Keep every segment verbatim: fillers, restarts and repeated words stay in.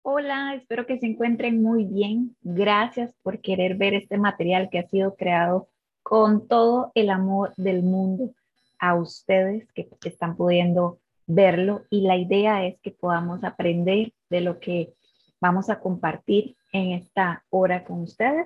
Hola, espero que se encuentren muy bien. Gracias por querer ver este material que ha sido creado con todo el amor del mundo a ustedes que están pudiendo verlo. Y la idea es que podamos aprender de lo que vamos a compartir en esta hora con ustedes.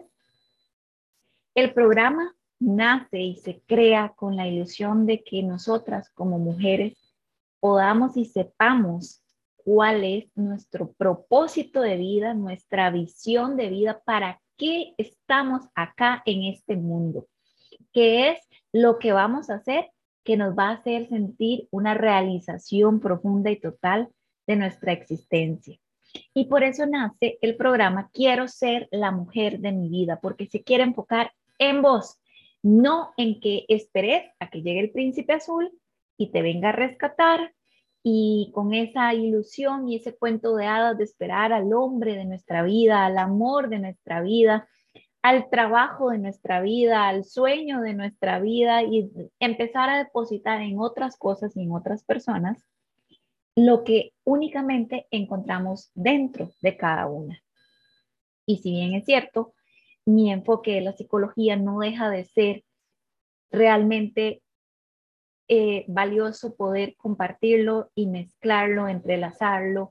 El programa nace y se crea con la ilusión de que nosotras como mujeres podamos y sepamos cuál es nuestro propósito de vida, nuestra visión de vida, para qué estamos acá en este mundo, qué es lo que vamos a hacer que nos va a hacer sentir una realización profunda y total de nuestra existencia. Y por eso nace el programa Quiero ser la mujer de mi vida, porque se quiere enfocar en vos, no en que esperes a que llegue el príncipe azul y te venga a rescatar y con esa ilusión y ese cuento de hadas de esperar al hombre de nuestra vida, al amor de nuestra vida, al trabajo de nuestra vida, al sueño de nuestra vida y empezar a depositar en otras cosas y en otras personas lo que únicamente encontramos dentro de cada una. Y si bien es cierto, mi enfoque de la psicología no deja de ser realmente eh, valioso poder compartirlo y mezclarlo, entrelazarlo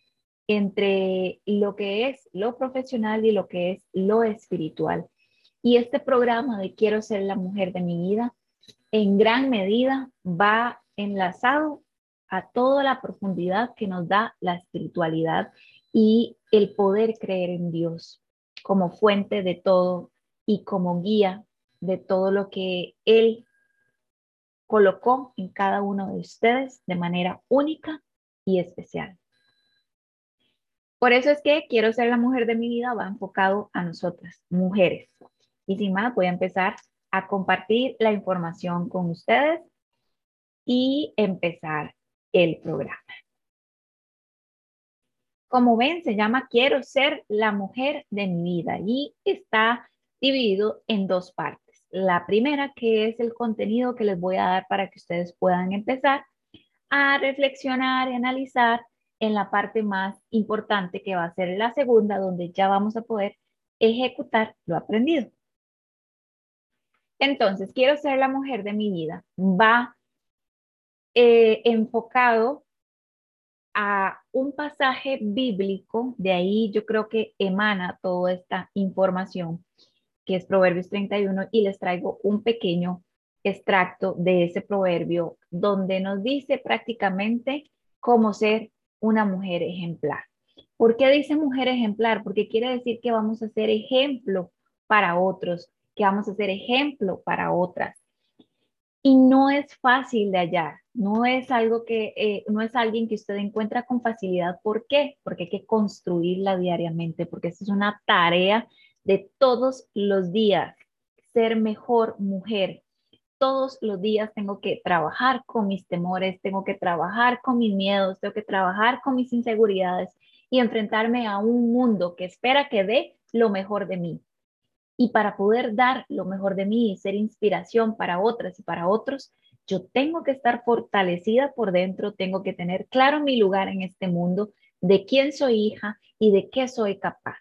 entre lo que es lo profesional y lo que es lo espiritual. Y este programa de Quiero ser la mujer de mi vida, en gran medida va enlazado a toda la profundidad que nos da la espiritualidad y el poder creer en Dios como fuente de todo y como guía de todo lo que Él colocó en cada uno de ustedes de manera única y especial. Por eso es que Quiero ser la mujer de mi vida va enfocado a nosotras, mujeres. Y sin más, voy a empezar a compartir la información con ustedes y empezar el programa. Como ven, se llama Quiero ser la mujer de mi vida y está dividido en dos partes. La primera, que es el contenido que les voy a dar para que ustedes puedan empezar a reflexionar y analizar en la parte más importante, que va a ser la segunda, donde ya vamos a poder ejecutar lo aprendido. Entonces, Quiero ser la mujer de mi vida va eh, enfocado a un pasaje bíblico, de ahí yo creo que emana toda esta información, que es Proverbios treinta y uno, y les traigo un pequeño extracto de ese proverbio donde nos dice prácticamente cómo ser una mujer ejemplar. ¿Por qué dice mujer ejemplar? Porque quiere decir que vamos a ser ejemplo para otros, que vamos a ser ejemplo para otras. Y no es fácil de hallar, no es algo que, eh, no es alguien que usted encuentra con facilidad. ¿Por qué? Porque hay que construirla diariamente, porque esta es una tarea de todos los días, ser mejor mujer. Todos los días tengo que trabajar con mis temores, tengo que trabajar con mis miedos, tengo que trabajar con mis inseguridades y enfrentarme a un mundo que espera que dé lo mejor de mí. Y para poder dar lo mejor de mí y ser inspiración para otras y para otros, yo tengo que estar fortalecida por dentro, tengo que tener claro mi lugar en este mundo, de quién soy hija y de qué soy capaz.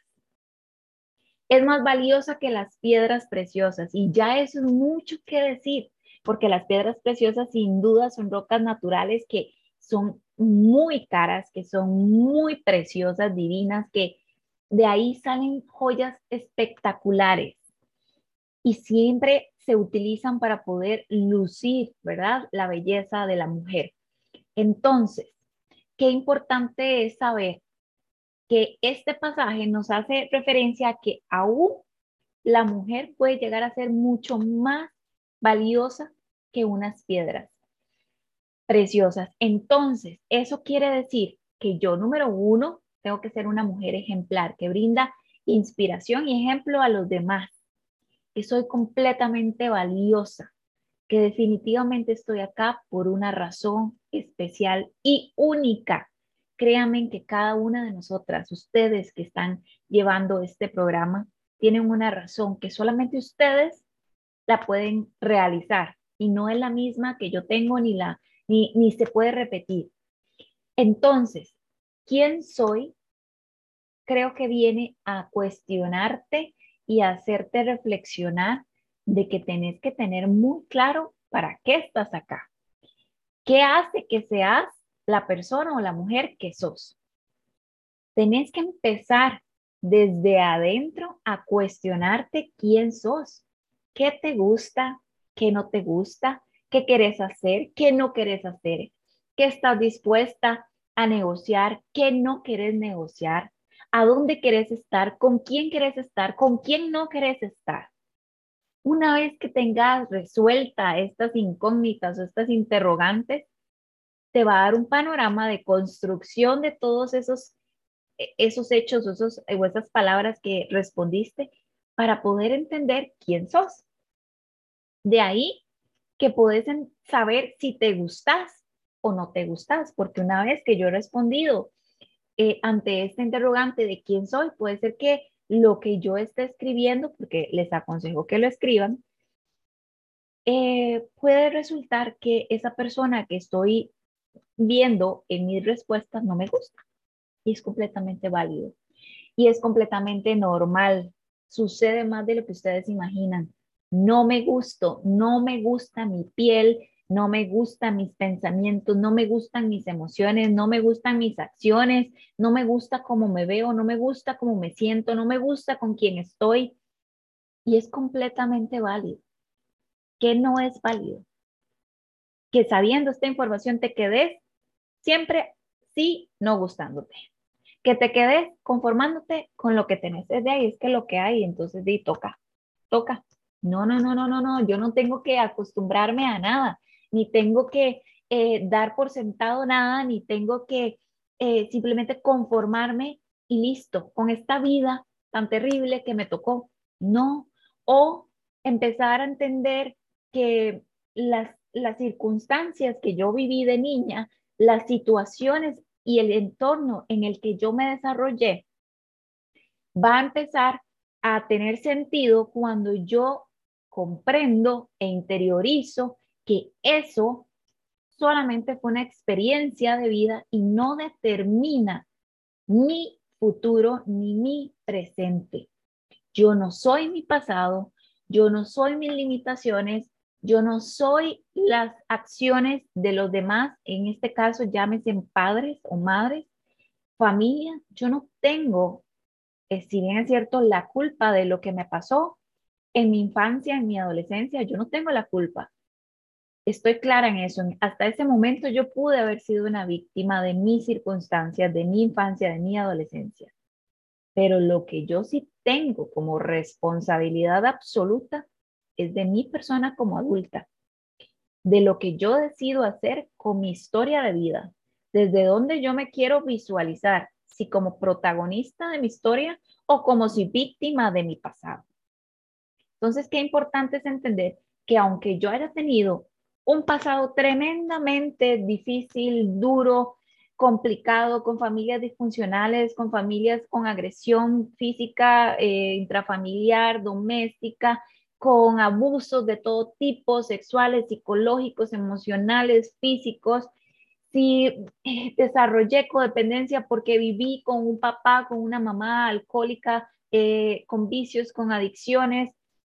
Es más valiosa que las piedras preciosas y ya eso es mucho que decir, porque las piedras preciosas sin duda son rocas naturales que son muy caras, que son muy preciosas, divinas, que de ahí salen joyas espectaculares y siempre se utilizan para poder lucir, ¿verdad? La belleza de la mujer. Entonces, qué importante es saber que este pasaje nos hace referencia a que aún la mujer puede llegar a ser mucho más valiosa que unas piedras preciosas. Entonces, eso quiere decir que yo, número uno, tengo que ser una mujer ejemplar que brinda inspiración y ejemplo a los demás, que soy completamente valiosa, que definitivamente estoy acá por una razón especial y única. Créanme que cada una de nosotras, ustedes que están llevando este programa, tienen una razón que solamente ustedes la pueden realizar y no es la misma que yo tengo ni la ni, ni se puede repetir. Entonces, ¿quién soy? creo que viene a cuestionarte y a hacerte reflexionar de que tenés que tener muy claro para qué estás acá. ¿Qué hace que seas la persona o la mujer que sos? Tenés que empezar desde adentro a cuestionarte quién sos, qué te gusta, qué no te gusta, qué querés hacer, qué no querés hacer, qué estás dispuesta a negociar, qué no querés negociar, a dónde querés estar, con quién querés estar, con quién no querés estar. Una vez que tengas resuelta estas incógnitas o estas interrogantes, te va a dar un panorama de construcción de todos esos esos hechos o, esos, o esas palabras que respondiste para poder entender quién sos. De ahí que puedes saber si te gustas o no te gustas, porque una vez que yo he respondido eh, ante este interrogante de quién soy, puede ser que lo que yo esté escribiendo, porque les aconsejo que lo escriban, eh, puede resultar que esa persona que estoy viendo en mis respuestas no me gusta y es completamente válido. Y es completamente normal. Sucede más de lo que ustedes imaginan. No me gusto, no me gusta mi piel, no me gustan mis pensamientos, no me gustan mis emociones, no me gustan mis acciones, no me gusta cómo me veo, no me gusta cómo me siento, no me gusta con quién estoy. Y es completamente válido. ¿Qué no es válido? Que sabiendo esta información te quedes siempre sí no gustándote. Que te quedes conformándote con lo que tenés desde ahí, es que lo que hay, entonces di, toca, toca. No, no, no, no, no, no, yo no tengo que acostumbrarme a nada, ni tengo que eh, dar por sentado nada, ni tengo que eh, simplemente conformarme y listo, con esta vida tan terrible que me tocó. No, o empezar a entender que las, las circunstancias que yo viví de niña, las situaciones y el entorno en el que yo me desarrollé va a empezar a tener sentido cuando yo comprendo e interiorizo que eso solamente fue una experiencia de vida y no determina mi futuro ni mi presente. Yo no soy mi pasado, yo no soy mis limitaciones, yo no soy las acciones de los demás, en este caso llámese padres o madres, familia, yo no tengo, eh, si bien es cierto, la culpa de lo que me pasó en mi infancia, en mi adolescencia, yo no tengo la culpa. Estoy clara en eso. Hasta ese momento yo pude haber sido una víctima de mis circunstancias, de mi infancia, de mi adolescencia. Pero lo que yo sí tengo como responsabilidad absoluta es de mi persona como adulta, de lo que yo decido hacer con mi historia de vida, desde donde yo me quiero visualizar, si como protagonista de mi historia o como si víctima de mi pasado. Entonces, qué importante es entender que aunque yo haya tenido un pasado tremendamente difícil, duro, complicado, con familias disfuncionales, con familias con agresión física, eh, intrafamiliar, doméstica, con abusos de todo tipo, sexuales, psicológicos, emocionales, físicos. Si eh, desarrollé codependencia porque viví con un papá, con una mamá alcohólica, eh, con vicios, con adicciones,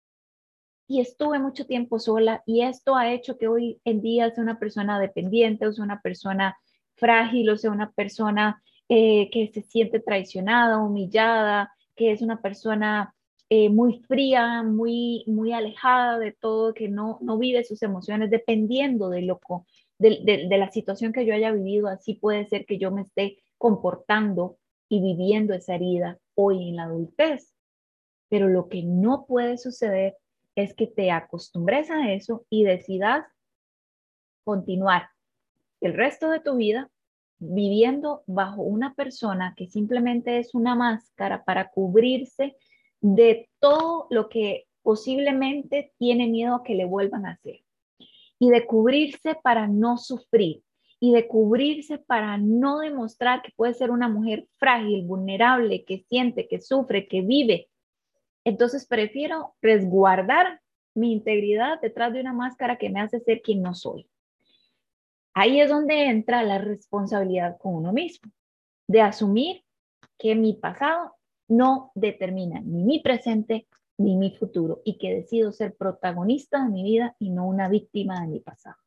y estuve mucho tiempo sola y esto ha hecho que hoy en día sea una persona dependiente, o sea una persona frágil, o sea una persona eh, que se siente traicionada, humillada, que es una persona eh, muy fría, muy, muy alejada de todo, que no, no vive sus emociones dependiendo de, lo, de, de, de la situación que yo haya vivido. Así puede ser que yo me esté comportando y viviendo esa herida hoy en la adultez. Pero lo que no puede suceder es que te acostumbres a eso y decidas continuar el resto de tu vida viviendo bajo una persona que simplemente es una máscara para cubrirse de todo lo que posiblemente tiene miedo a que le vuelvan a hacer, y de cubrirse para no sufrir, y de cubrirse para no demostrar que puede ser una mujer frágil, vulnerable, que siente, que sufre, que vive. Entonces prefiero resguardar mi integridad detrás de una máscara que me hace ser quien no soy. Ahí es donde entra la responsabilidad con uno mismo, de asumir que mi pasado no determina ni mi presente ni mi futuro y que decido ser protagonista de mi vida y no una víctima de mi pasado.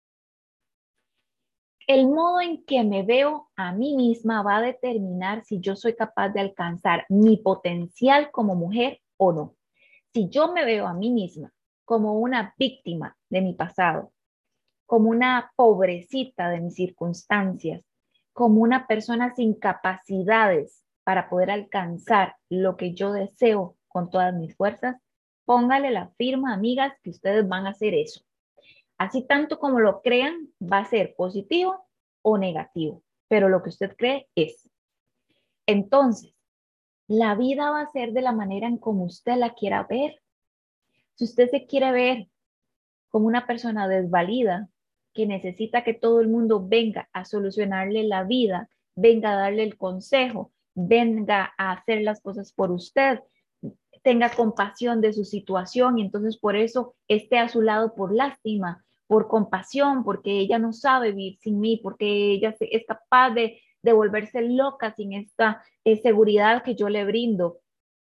El modo en que me veo a mí misma va a determinar si yo soy capaz de alcanzar mi potencial como mujer o no. Si yo me veo a mí misma como una víctima de mi pasado, como una pobrecita de mis circunstancias, como una persona sin capacidades para poder alcanzar lo que yo deseo con todas mis fuerzas, póngale la firma, amigas, que ustedes van a hacer eso. Así tanto como lo crean, va a ser positivo o negativo, pero lo que usted cree es. Entonces, la vida va a ser de la manera en como usted la quiera ver. Si usted se quiere ver como una persona desvalida, que necesita que todo el mundo venga a solucionarle la vida, venga a darle el consejo, venga a hacer las cosas por usted, tenga compasión de su situación y entonces por eso esté a su lado por lástima, por compasión, porque ella no sabe vivir sin mí, porque ella es capaz de, de volverse loca sin esta eh, seguridad que yo le brindo.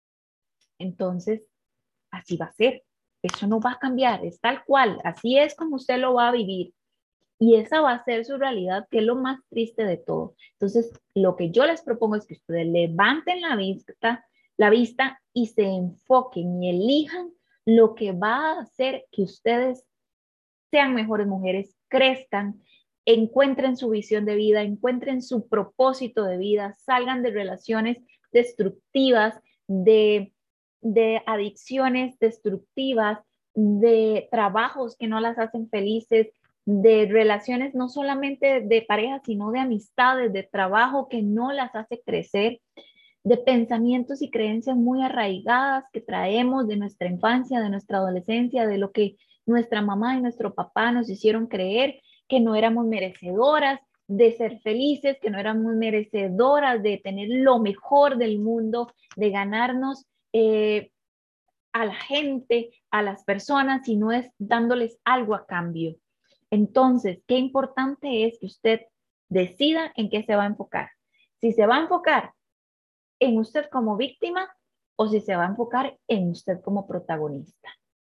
Entonces, así va a ser. Eso no va a cambiar, es tal cual, así es como usted lo va a vivir. Y esa va a ser su realidad, que es lo más triste de todo. Entonces, lo que yo les propongo es que ustedes levanten la vista, la vista y se enfoquen y elijan lo que va a hacer que ustedes sean mejores mujeres, crezcan, encuentren su visión de vida, encuentren su propósito de vida, salgan de relaciones destructivas, de, de adicciones destructivas, de trabajos que no las hacen felices, de relaciones no solamente de pareja, sino de amistades, de trabajo que no las hace crecer, de pensamientos y creencias muy arraigadas que traemos de nuestra infancia, de nuestra adolescencia, de lo que nuestra mamá y nuestro papá nos hicieron creer, que no éramos merecedoras de ser felices, que no éramos merecedoras de tener lo mejor del mundo, de ganarnos eh, a la gente, a las personas, si no es dándoles algo a cambio. Entonces, qué importante es que usted decida en qué se va a enfocar. Si se va a enfocar en usted como víctima o si se va a enfocar en usted como protagonista.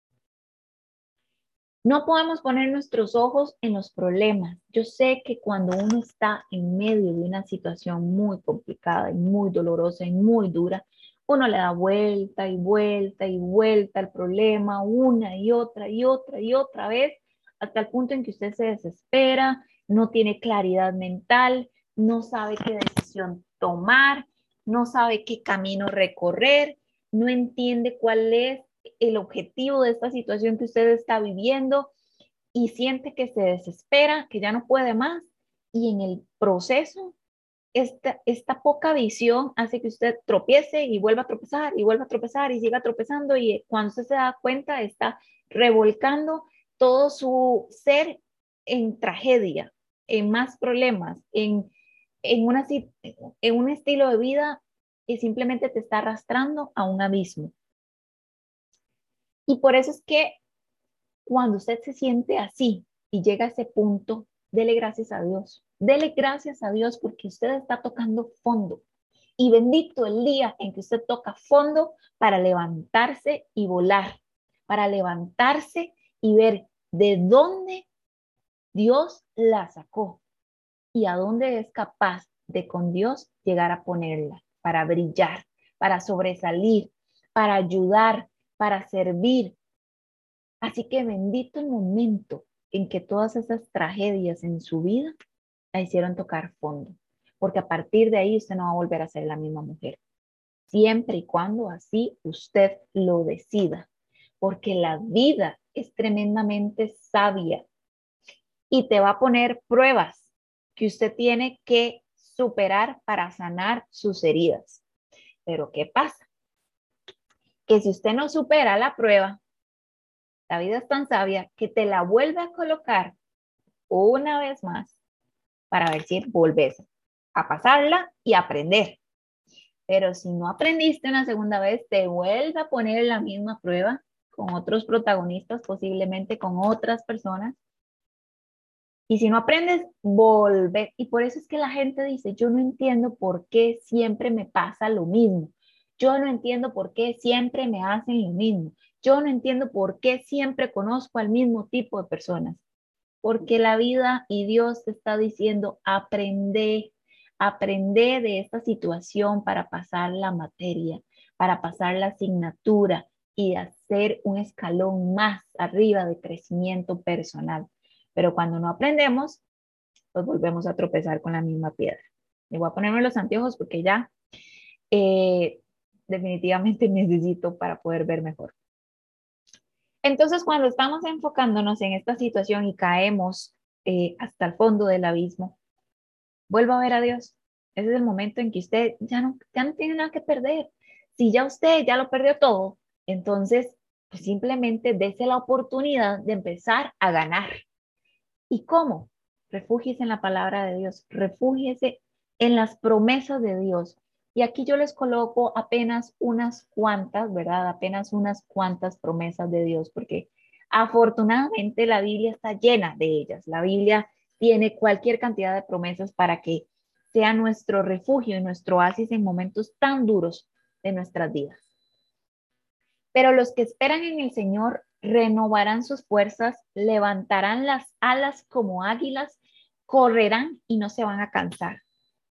No podemos poner nuestros ojos en los problemas. Yo sé que cuando uno está en medio de una situación muy complicada y muy dolorosa y muy dura, uno le da vuelta y vuelta y vuelta al problema una y otra y otra y otra vez hasta el punto en que usted se desespera, no tiene claridad mental, no sabe qué decisión tomar, no sabe qué camino recorrer, no entiende cuál es el objetivo de esta situación que usted está viviendo y siente que se desespera, que ya no puede más y en el proceso esta, esta poca visión hace que usted tropiece y vuelva a tropezar y vuelva a tropezar y siga tropezando y cuando usted se da cuenta está revolcando todo su ser en tragedia, en más problemas, en, en, una, en un estilo de vida que simplemente te está arrastrando a un abismo. Y por eso es que cuando usted se siente así y llega a ese punto, dele gracias a Dios. Dele gracias a Dios porque usted está tocando fondo. Y bendito el día en que usted toca fondo para levantarse y volar, para levantarse y ver de dónde Dios la sacó y a dónde es capaz de con Dios llegar a ponerla, para brillar, para sobresalir, para ayudar, para servir. Así que bendito el momento en que todas esas tragedias en su vida la hicieron tocar fondo, porque a partir de ahí usted no va a volver a ser la misma mujer, siempre y cuando así usted lo decida, porque la vida es tremendamente sabia y te va a poner pruebas que usted tiene que superar para sanar sus heridas. Pero ¿qué pasa? Que si usted no supera la prueba, la vida es tan sabia que te la vuelve a colocar una vez más para ver si volvés a pasarla y aprender. Pero si no aprendiste una segunda vez, te vuelve a poner la misma prueba con otros protagonistas, posiblemente con otras personas. Y si no aprendes, volver. Y por eso es que la gente dice, yo no entiendo por qué siempre me pasa lo mismo. Yo no entiendo por qué siempre me hacen lo mismo. Yo no entiendo por qué siempre conozco al mismo tipo de personas. Porque la vida y Dios te está diciendo, aprende, aprende de esta situación para pasar la materia, para pasar la asignatura y hacer un escalón más arriba de crecimiento personal. Pero cuando no aprendemos, pues volvemos a tropezar con la misma piedra. Me voy a ponerme los anteojos porque ya eh, definitivamente necesito para poder ver mejor. Entonces, cuando estamos enfocándonos en esta situación y caemos eh, hasta el fondo del abismo, vuelva a ver a Dios. Ese es el momento en que usted ya no, ya no tiene nada que perder. Si ya usted ya lo perdió todo, entonces pues simplemente dése la oportunidad de empezar a ganar. ¿Y cómo? Refúgiese en la palabra de Dios, refúgiese en las promesas de Dios. Y aquí yo les coloco apenas unas cuantas, ¿verdad? Apenas unas cuantas promesas de Dios, porque afortunadamente la Biblia está llena de ellas. La Biblia tiene cualquier cantidad de promesas para que sea nuestro refugio y nuestro oasis en momentos tan duros de nuestras vidas. Pero los que esperan en el Señor renovarán sus fuerzas, levantarán las alas como águilas, correrán y no se van a cansar,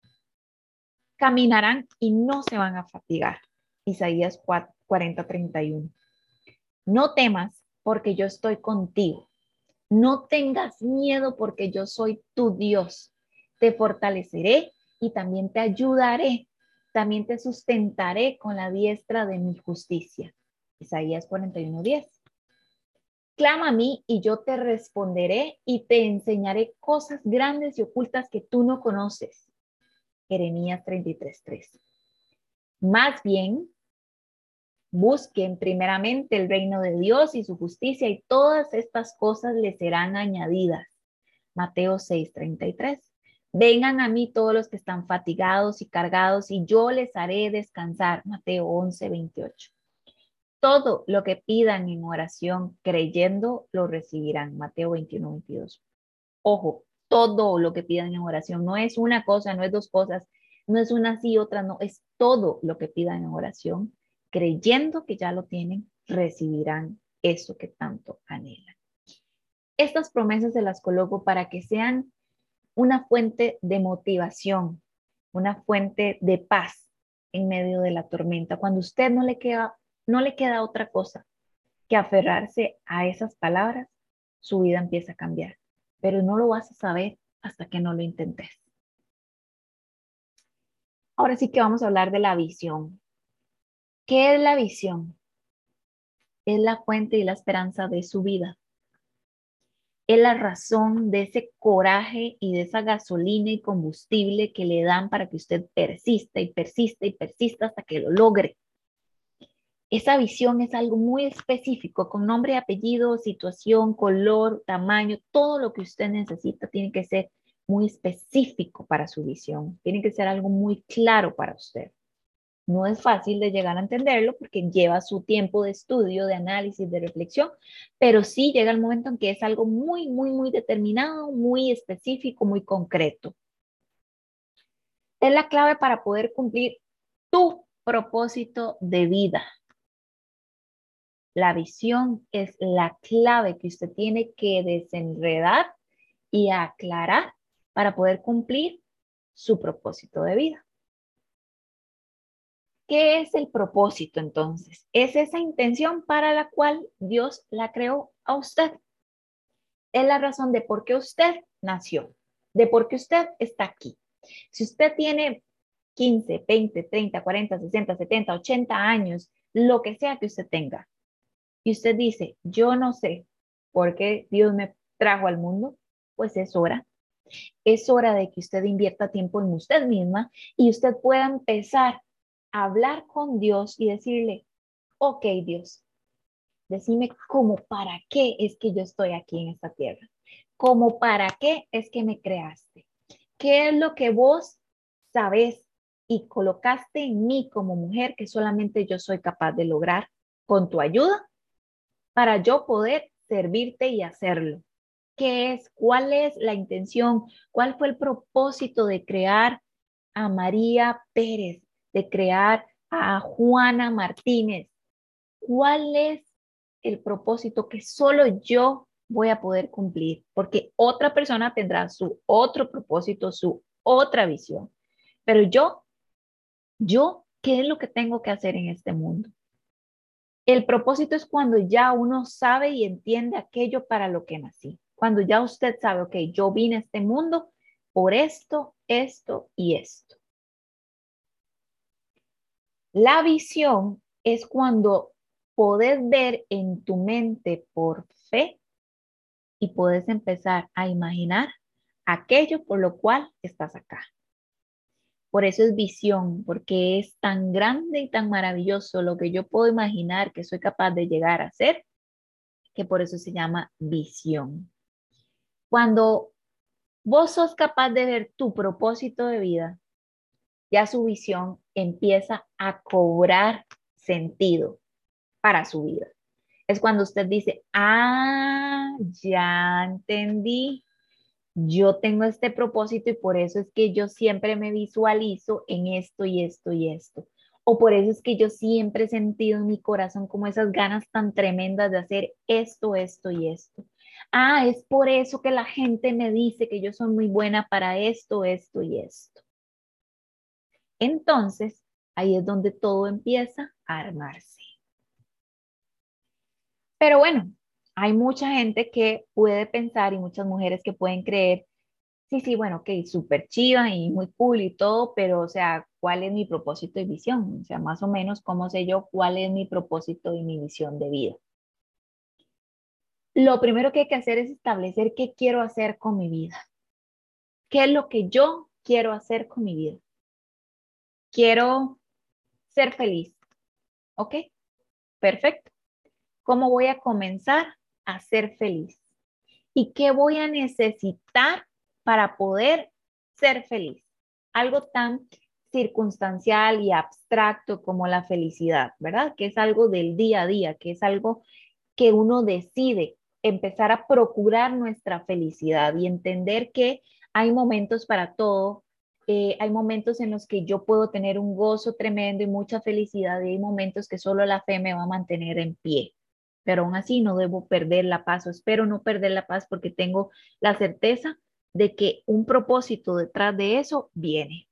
caminarán y no se van a fatigar. Isaías cuarenta, treinta y uno. No temas porque yo estoy contigo. No tengas miedo porque yo soy tu Dios. Te fortaleceré y también te ayudaré. También te sustentaré con la diestra de mi justicia. Isaías cuarenta y uno, diez. Clama a mí y yo te responderé y te enseñaré cosas grandes y ocultas que tú no conoces. Jeremías treinta y tres, tres. Más bien, busquen primeramente el reino de Dios y su justicia y todas estas cosas les serán añadidas. Mateo seis, treinta y tres. Vengan a mí todos los que están fatigados y cargados y yo les haré descansar. Mateo once, veintiocho. Todo lo que pidan en oración, creyendo, lo recibirán. Mateo veintiuno, veintidós. Ojo, todo lo que pidan en oración. No es una cosa, no es dos cosas, no es una sí, otra no. Es todo lo que pidan en oración, creyendo que ya lo tienen, recibirán eso que tanto anhelan. Estas promesas se las coloco para que sean una fuente de motivación, una fuente de paz en medio de la tormenta. Cuando a usted no le queda, no le queda otra cosa que aferrarse a esas palabras, su vida empieza a cambiar. Pero no lo vas a saber hasta que no lo intentes. Ahora sí que vamos a hablar de la visión. ¿Qué es la visión? Es la fuente y la esperanza de su vida. Es la razón de ese coraje y de esa gasolina y combustible que le dan para que usted persista y persista y persista hasta que lo logre. Esa visión es algo muy específico, con nombre, apellido, situación, color, tamaño, todo lo que usted necesita tiene que ser muy específico para su visión. Tiene que ser algo muy claro para usted. No es fácil de llegar a entenderlo porque lleva su tiempo de estudio, de análisis, de reflexión, pero sí llega el momento en que es algo muy, muy, muy determinado, muy específico, muy concreto. Es la clave para poder cumplir tu propósito de vida. La visión es la clave que usted tiene que desenredar y aclarar para poder cumplir su propósito de vida. ¿Qué es el propósito entonces? Es esa intención para la cual Dios la creó a usted. Es la razón de por qué usted nació, de por qué usted está aquí. Si usted tiene quince, veinte, treinta, cuarenta, sesenta, setenta, ochenta años, lo que sea que usted tenga, y usted dice, yo no sé por qué Dios me trajo al mundo, pues es hora. Es hora de que usted invierta tiempo en usted misma y usted pueda empezar a hablar con Dios y decirle, ok, Dios, decime cómo para qué es que yo estoy aquí en esta tierra. Cómo para qué es que me creaste. ¿Qué es lo que vos sabés y colocaste en mí como mujer que solamente yo soy capaz de lograr con tu ayuda para yo poder servirte y hacerlo? ¿Qué es? ¿Cuál es la intención? ¿Cuál fue el propósito de crear a María Pérez, de crear a Juana Martínez? ¿Cuál es el propósito que solo yo voy a poder cumplir? Porque otra persona tendrá su otro propósito, su otra visión. Pero yo, yo, ¿qué es lo que tengo que hacer en este mundo? El propósito es cuando ya uno sabe y entiende aquello para lo que nací. Cuando ya usted sabe, ok, yo vine a este mundo por esto, esto y esto. La visión es cuando podés ver en tu mente por fe y puedes empezar a imaginar aquello por lo cual estás acá. Por eso es visión, porque es tan grande y tan maravilloso lo que yo puedo imaginar que soy capaz de llegar a ser, que por eso se llama visión. Cuando vos sos capaz de ver tu propósito de vida, ya su visión empieza a cobrar sentido para su vida. Es cuando usted dice, ah, ya entendí, yo tengo este propósito y por eso es que yo siempre me visualizo en esto y esto y esto. O por eso es que yo siempre he sentido en mi corazón como esas ganas tan tremendas de hacer esto, esto y esto. Ah, es por eso que la gente me dice que yo soy muy buena para esto, esto y esto. Entonces, ahí es donde todo empieza a armarse. Pero bueno, hay mucha gente que puede pensar y muchas mujeres que pueden creer, sí, sí, bueno, ok, súper chiva y muy cool y todo, pero o sea, ¿cuál es mi propósito y visión? O sea, más o menos, ¿cómo sé yo cuál es mi propósito y mi visión de vida? Lo primero que hay que hacer es establecer qué quiero hacer con mi vida. ¿Qué es lo que yo quiero hacer con mi vida? Quiero ser feliz. ¿Ok? Perfecto. ¿Cómo voy a comenzar a ser feliz? ¿Y qué voy a necesitar para poder ser feliz? Algo tan circunstancial y abstracto como la felicidad, ¿verdad? Que es algo del día a día, que es algo que uno decide empezar a procurar nuestra felicidad y entender que hay momentos para todo. Eh, hay momentos en los que yo puedo tener un gozo tremendo y mucha felicidad y hay momentos que solo la fe me va a mantener en pie. Pero aún así no debo perder la paz o espero no perder la paz porque tengo la certeza de que un propósito detrás de eso viene.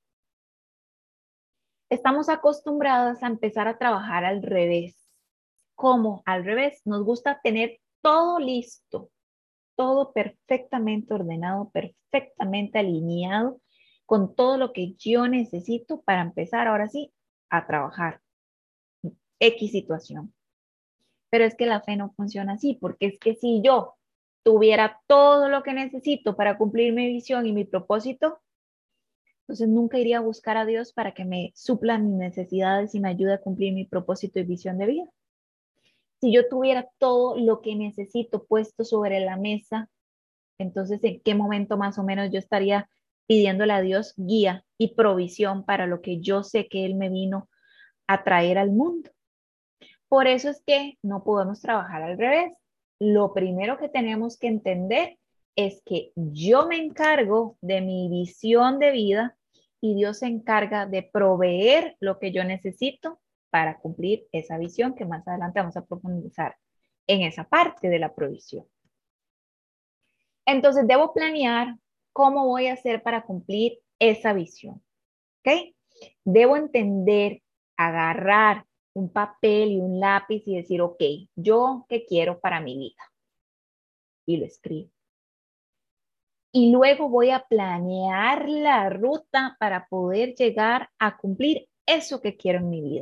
Estamos acostumbradas a empezar a trabajar al revés. ¿Cómo? Al revés. Nos gusta tener todo listo, todo perfectamente ordenado, perfectamente alineado con todo lo que yo necesito para empezar ahora sí a trabajar X situación. Pero es que la fe no funciona así, porque es que si yo tuviera todo lo que necesito para cumplir mi visión y mi propósito, entonces nunca iría a buscar a Dios para que me supla mis necesidades y me ayude a cumplir mi propósito y visión de vida. Si yo tuviera todo lo que necesito puesto sobre la mesa, entonces en qué momento más o menos yo estaría pidiéndole a Dios guía y provisión para lo que yo sé que Él me vino a traer al mundo. Por eso es que no podemos trabajar al revés. Lo primero que tenemos que entender es que yo me encargo de mi visión de vida y Dios se encarga de proveer lo que yo necesito para cumplir esa visión que más adelante vamos a profundizar en esa parte de la provisión. Entonces debo planear cómo voy a hacer para cumplir esa visión. ¿Ok? Debo entender, agarrar un papel y un lápiz y decir, ok, ¿yo qué quiero para mi vida? Y lo escribo. Y luego voy a planear la ruta para poder llegar a cumplir eso que quiero en mi vida.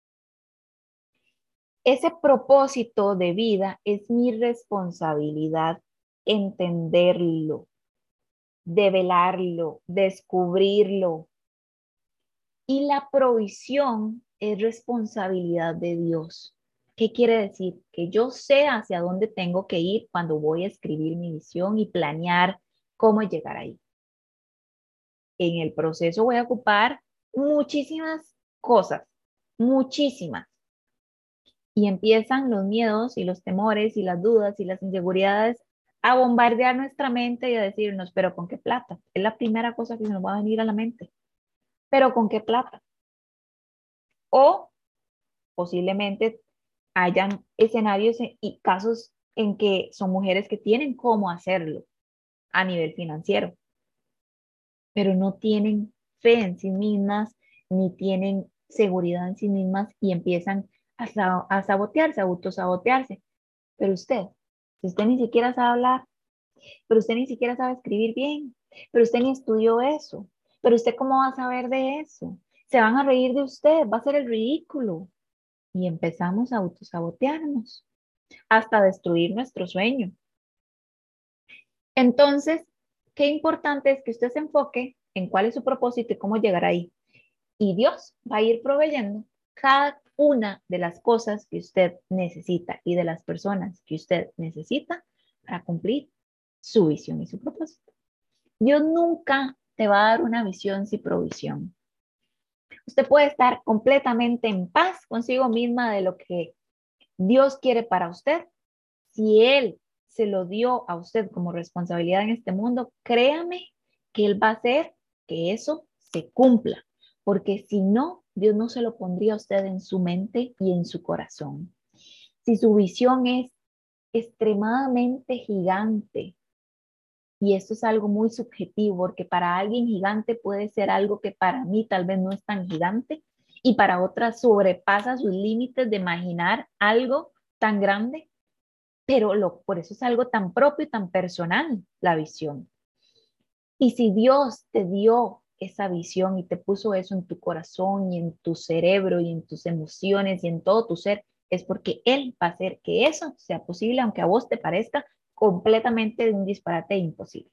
Ese propósito de vida es mi responsabilidad entenderlo, develarlo, descubrirlo. Y la provisión es responsabilidad de Dios. ¿Qué quiere decir? Que yo sé hacia dónde tengo que ir cuando voy a escribir mi visión y planear cómo llegar ahí. En el proceso voy a ocupar muchísimas cosas, muchísimas. Y empiezan los miedos y los temores y las dudas y las inseguridades a bombardear nuestra mente y a decirnos, pero ¿con qué plata? Es la primera cosa que se nos va a venir a la mente. ¿Pero con qué plata? O posiblemente hayan escenarios y casos en que son mujeres que tienen cómo hacerlo a nivel financiero, pero no tienen fe en sí mismas, ni tienen seguridad en sí mismas y empiezan a, sa- a sabotearse, a autosabotearse. Pero usted, si usted ni siquiera sabe hablar, pero usted ni siquiera sabe escribir bien, pero usted ni estudió eso, pero usted cómo va a saber de eso, se van a reír de usted, va a ser el ridículo. Y empezamos a autosabotearnos hasta destruir nuestro sueño. Entonces, qué importante es que usted se enfoque en cuál es su propósito y cómo llegar ahí. Y Dios va a ir proveyendo cada una de las cosas que usted necesita y de las personas que usted necesita para cumplir su visión y su propósito. Dios nunca te va a dar una visión sin provisión. Usted puede estar completamente en paz consigo misma de lo que Dios quiere para usted. Si Él se lo dio a usted como responsabilidad en este mundo, créame que Él va a hacer que eso se cumpla, porque si no, Dios no se lo pondría a usted en su mente y en su corazón. Si su visión es extremadamente gigante, y esto es algo muy subjetivo, porque para alguien gigante puede ser algo que para mí tal vez no es tan gigante, y para otras sobrepasa sus límites de imaginar algo tan grande, pero lo, por eso es algo tan propio y tan personal, la visión. Y si Dios te dio esa visión y te puso eso en tu corazón y en tu cerebro y en tus emociones y en todo tu ser, es porque Él va a hacer que eso sea posible, aunque a vos te parezca completamente un disparate imposible.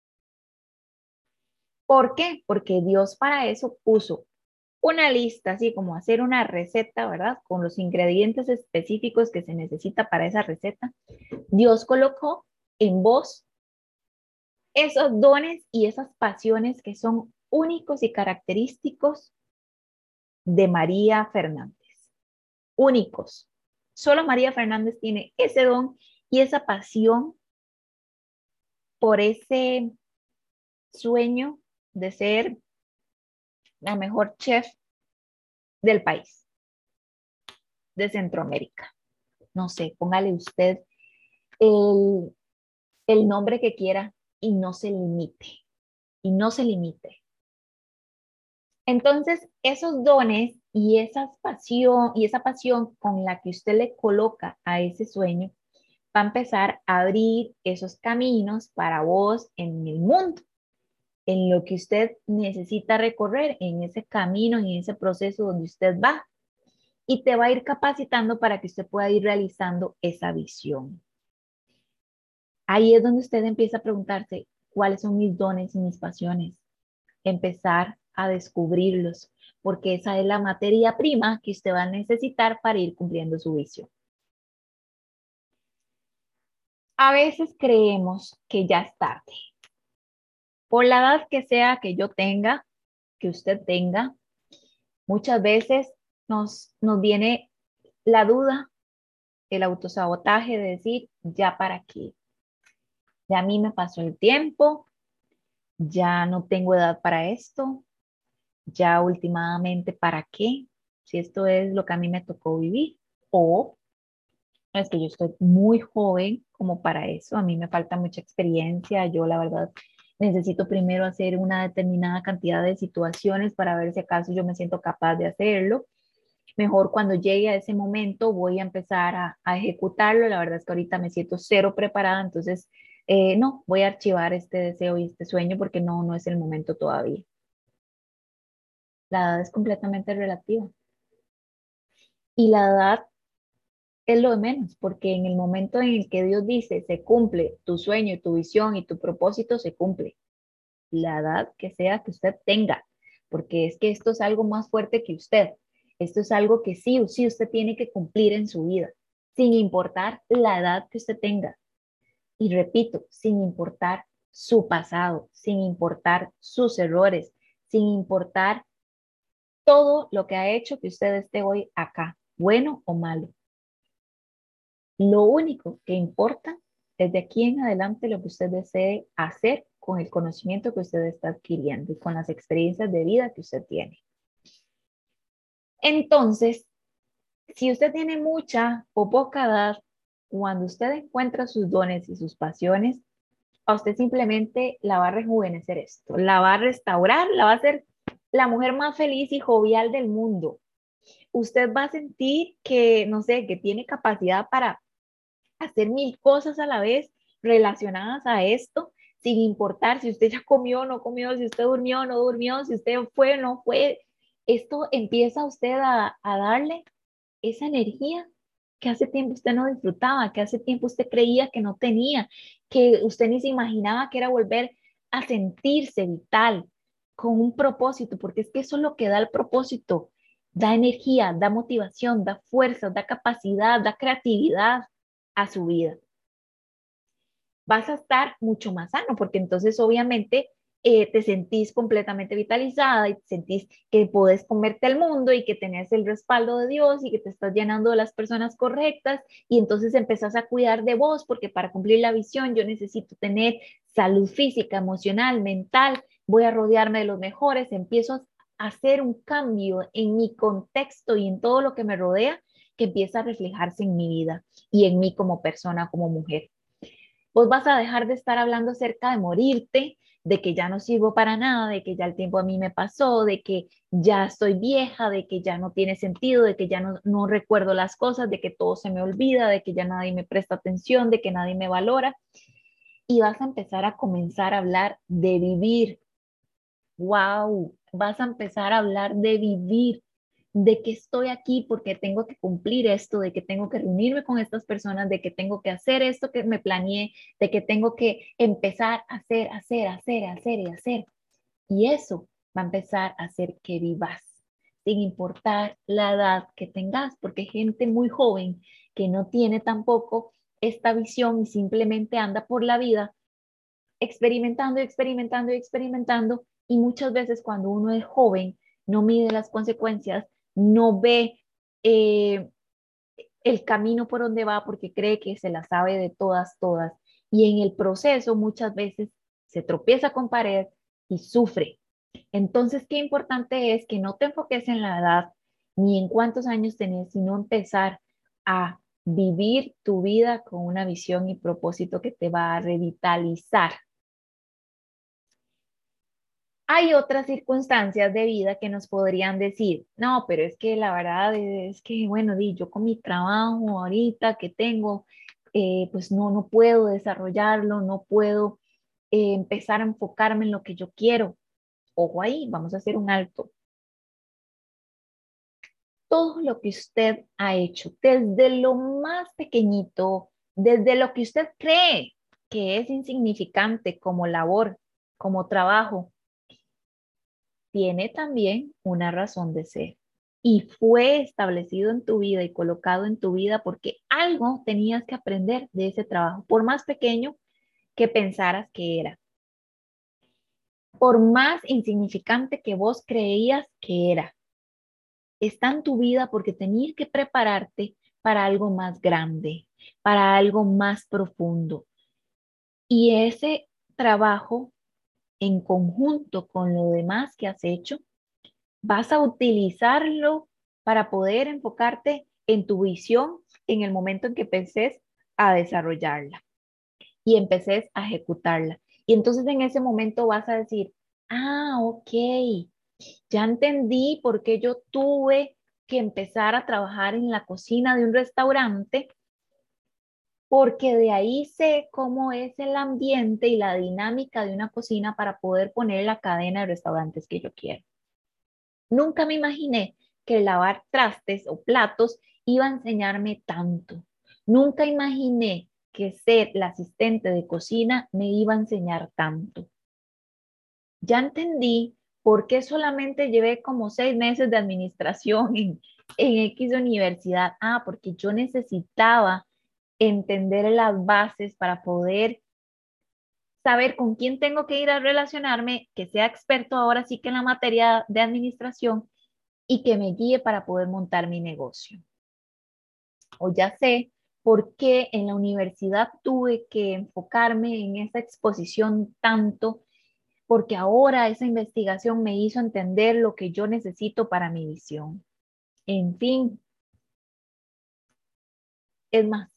¿Por qué? Porque Dios para eso puso una lista, así como hacer una receta, ¿verdad? Con los ingredientes específicos que se necesita para esa receta. Dios colocó en vos esos dones y esas pasiones que son únicos y característicos de María Fernández. Únicos. Solo María Fernández tiene ese don y esa pasión por ese sueño de ser la mejor chef del país, de Centroamérica. No sé, póngale usted el, el nombre que quiera y no se limite. Y no se limite. Entonces, esos dones y esa pasión y esa pasión con la que usted le coloca a ese sueño va a empezar a abrir esos caminos para vos en el mundo, en lo que usted necesita recorrer, en ese camino, en ese proceso donde usted va y te va a ir capacitando para que usted pueda ir realizando esa visión. Ahí es donde usted empieza a preguntarse cuáles son mis dones y mis pasiones, empezar a descubrirlos, porque esa es la materia prima que usted va a necesitar para ir cumpliendo su visión. A veces creemos que ya es tarde. Por la edad que sea que yo tenga, que usted tenga, muchas veces nos, nos viene la duda, el autosabotaje de decir, ya para qué, ya a mí me pasó el tiempo, ya no tengo edad para esto, ya últimamente para qué, si esto es lo que a mí me tocó vivir, o es que yo estoy muy joven como para eso, a mí me falta mucha experiencia, yo la verdad necesito primero hacer una determinada cantidad de situaciones para ver si acaso yo me siento capaz de hacerlo. Mejor cuando llegue a ese momento voy a empezar a, a ejecutarlo. La verdad es que ahorita me siento cero preparada, entonces eh, no, voy a archivar este deseo y este sueño porque no, no es el momento todavía. La edad es completamente relativa y la edad es lo de menos, porque en el momento en el que Dios dice se cumple tu sueño, tu visión y tu propósito, se cumple la edad que sea que usted tenga, porque es que esto es algo más fuerte que usted. Esto es algo que sí o sí usted tiene que cumplir en su vida, sin importar la edad que usted tenga. Y repito, sin importar su pasado, sin importar sus errores, sin importar todo lo que ha hecho que usted esté hoy acá, bueno o malo. Lo único que importa desde aquí en adelante lo que usted desee hacer con el conocimiento que usted está adquiriendo y con las experiencias de vida que usted tiene. Entonces, si usted tiene mucha o poca edad, cuando usted encuentra sus dones y sus pasiones, a usted simplemente la va a rejuvenecer esto, la va a restaurar, la va a hacer la mujer más feliz y jovial del mundo. Usted va a sentir que, no sé, que tiene capacidad para hacer mil cosas a la vez relacionadas a esto, sin importar si usted ya comió o no comió, si usted durmió o no durmió, si usted fue o no fue. Esto empieza usted a, a darle esa energía que hace tiempo usted no disfrutaba, que hace tiempo usted creía que no tenía, que usted ni se imaginaba que era volver a sentirse vital, con un propósito, porque es que eso es lo que da el propósito, da energía, da motivación, da fuerza, da capacidad, da creatividad a su vida. Vas a estar mucho más sano, porque entonces obviamente eh, te sentís completamente vitalizada y te sentís que podés comerte el mundo y que tenés el respaldo de Dios y que te estás llenando de las personas correctas y entonces empezás a cuidar de vos porque para cumplir la visión yo necesito tener salud física, emocional, mental, voy a rodearme de los mejores, empiezo a hacer un cambio en mi contexto y en todo lo que me rodea que empieza a reflejarse en mi vida y en mí como persona, como mujer. Vos vas a dejar de estar hablando acerca de morirte, de que ya no sirvo para nada, de que ya el tiempo a mí me pasó, de que ya estoy vieja, de que ya no tiene sentido, de que ya no, no recuerdo las cosas, de que todo se me olvida, de que ya nadie me presta atención, de que nadie me valora. Y vas a empezar a comenzar a hablar de vivir. ¡Wow! Vas a empezar a hablar de vivir, de que estoy aquí porque tengo que cumplir esto, de que tengo que reunirme con estas personas, de que tengo que hacer esto que me planeé, de que tengo que empezar a hacer, hacer, hacer, hacer y hacer. Y eso va a empezar a hacer que vivas, sin importar la edad que tengas, porque hay gente muy joven que no tiene tampoco esta visión y simplemente anda por la vida experimentando y experimentando y experimentando. Y muchas veces cuando uno es joven, no mide las consecuencias, no ve eh, el camino por donde va porque cree que se la sabe de todas, todas. Y en el proceso muchas veces se tropieza con pared y sufre. Entonces, qué importante es que no te enfoques en la edad ni en cuántos años tenés, sino empezar a vivir tu vida con una visión y propósito que te va a revitalizar. Hay otras circunstancias de vida que nos podrían decir, no, pero es que la verdad es que, bueno, di, yo con mi trabajo ahorita que tengo, eh, pues no, no puedo desarrollarlo, no puedo eh, empezar a enfocarme en lo que yo quiero. Ojo ahí, vamos a hacer un alto. Todo lo que usted ha hecho, desde lo más pequeñito, desde lo que usted cree que es insignificante como labor, como trabajo, tiene también una razón de ser y fue establecido en tu vida y colocado en tu vida porque algo tenías que aprender de ese trabajo, por más pequeño que pensaras que era, por más insignificante que vos creías que era. Está en tu vida porque tenías que prepararte para algo más grande, para algo más profundo. Y ese trabajo en conjunto con lo demás que has hecho, vas a utilizarlo para poder enfocarte en tu visión en el momento en que empecés a desarrollarla y empecés a ejecutarla. Y entonces en ese momento vas a decir, ah, ok, ya entendí por qué yo tuve que empezar a trabajar en la cocina de un restaurante, porque de ahí sé cómo es el ambiente y la dinámica de una cocina para poder poner la cadena de restaurantes que yo quiero. Nunca me imaginé que lavar trastes o platos iba a enseñarme tanto. Nunca imaginé que ser la asistente de cocina me iba a enseñar tanto. Ya entendí por qué solamente llevé como seis meses de administración en, en X universidad. Ah, porque yo necesitaba entender las bases para poder saber con quién tengo que ir a relacionarme, que sea experto ahora sí que en la materia de administración y que me guíe para poder montar mi negocio. O ya sé por qué en la universidad tuve que enfocarme en esa exposición tanto, porque ahora esa investigación me hizo entender lo que yo necesito para mi visión. En fin, es más,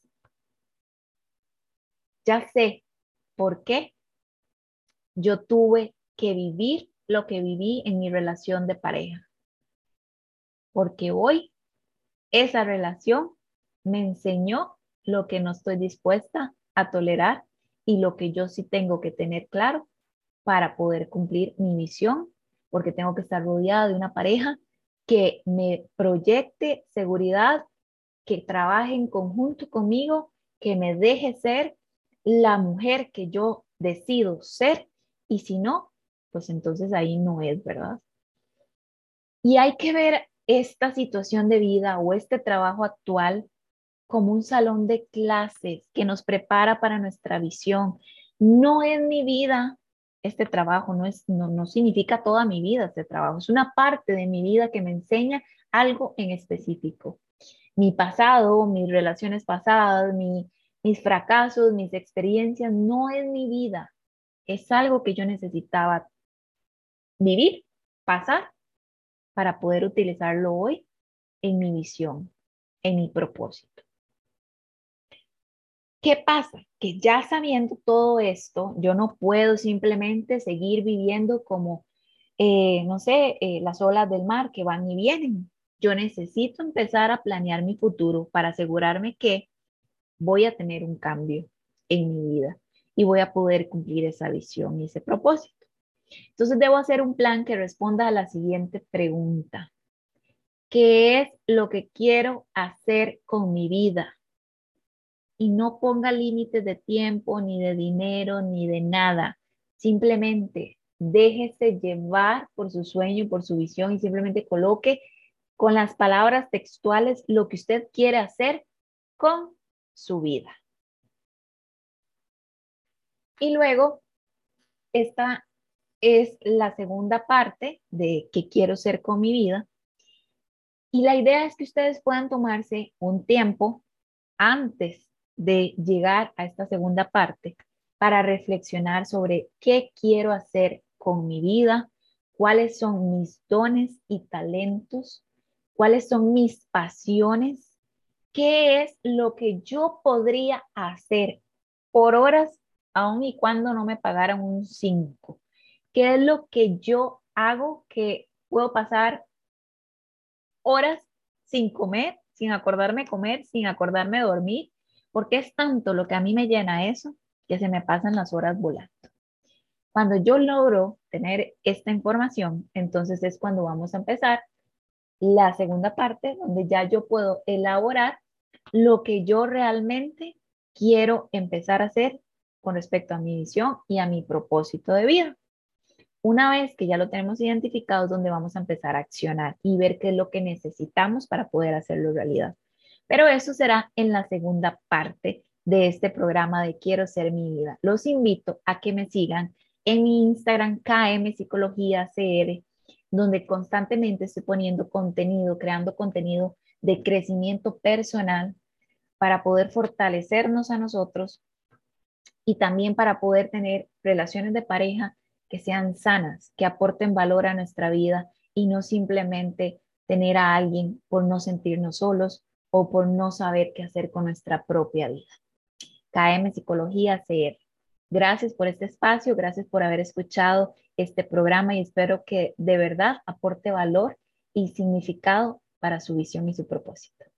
ya sé por qué yo tuve que vivir lo que viví en mi relación de pareja, porque hoy esa relación me enseñó lo que no estoy dispuesta a tolerar y lo que yo sí tengo que tener claro para poder cumplir mi misión, porque tengo que estar rodeada de una pareja que me proyecte seguridad, que trabaje en conjunto conmigo, que me deje ser la mujer que yo decido ser, y si no, pues entonces ahí no es, ¿verdad? Y hay que ver esta situación de vida o este trabajo actual como un salón de clases que nos prepara para nuestra visión. No es mi vida, este trabajo no, es, no, no significa toda mi vida este trabajo, es una parte de mi vida que me enseña algo en específico. Mi pasado, mis relaciones pasadas, mi, mis fracasos, mis experiencias, no es mi vida, es algo que yo necesitaba vivir, pasar, para poder utilizarlo hoy en mi visión, en mi propósito. ¿Qué pasa? Que ya sabiendo todo esto, yo no puedo simplemente seguir viviendo como, eh, no sé, eh, las olas del mar que van y vienen. Yo necesito empezar a planear mi futuro para asegurarme que voy a tener un cambio en mi vida y voy a poder cumplir esa visión y ese propósito. Entonces debo hacer un plan que responda a la siguiente pregunta. ¿Qué es lo que quiero hacer con mi vida? Y no ponga límites de tiempo, ni de dinero, ni de nada. Simplemente déjese llevar por su sueño, por su visión y simplemente coloque con las palabras textuales lo que usted quiere hacer con su vida. Y luego, esta es la segunda parte de qué quiero ser con mi vida. Y la idea es que ustedes puedan tomarse un tiempo antes de llegar a esta segunda parte para reflexionar sobre qué quiero hacer con mi vida, cuáles son mis dones y talentos, cuáles son mis pasiones, qué es lo que yo podría hacer por horas, aun y cuando no me pagaran un cinco. ¿Qué es lo que yo hago que puedo pasar horas sin comer, sin acordarme comer, sin acordarme dormir, porque es tanto lo que a mí me llena eso que se me pasan las horas volando? Cuando yo logro tener esta información, entonces es cuando vamos a empezar la segunda parte, donde ya yo puedo elaborar lo que yo realmente quiero empezar a hacer con respecto a mi visión y a mi propósito de vida. Una vez que ya lo tenemos identificado, es donde vamos a empezar a accionar y ver qué es lo que necesitamos para poder hacerlo realidad. Pero eso será en la segunda parte de este programa de Quiero Ser Mi Vida. Los invito a que me sigan en mi Instagram K M Psicología C R, donde constantemente estoy poniendo contenido, creando contenido de crecimiento personal para poder fortalecernos a nosotros y también para poder tener relaciones de pareja que sean sanas, que aporten valor a nuestra vida y no simplemente tener a alguien por no sentirnos solos o por no saber qué hacer con nuestra propia vida. K M Psicología C R. Gracias por este espacio, gracias por haber escuchado este programa y espero que de verdad aporte valor y significado para su visión y su propósito.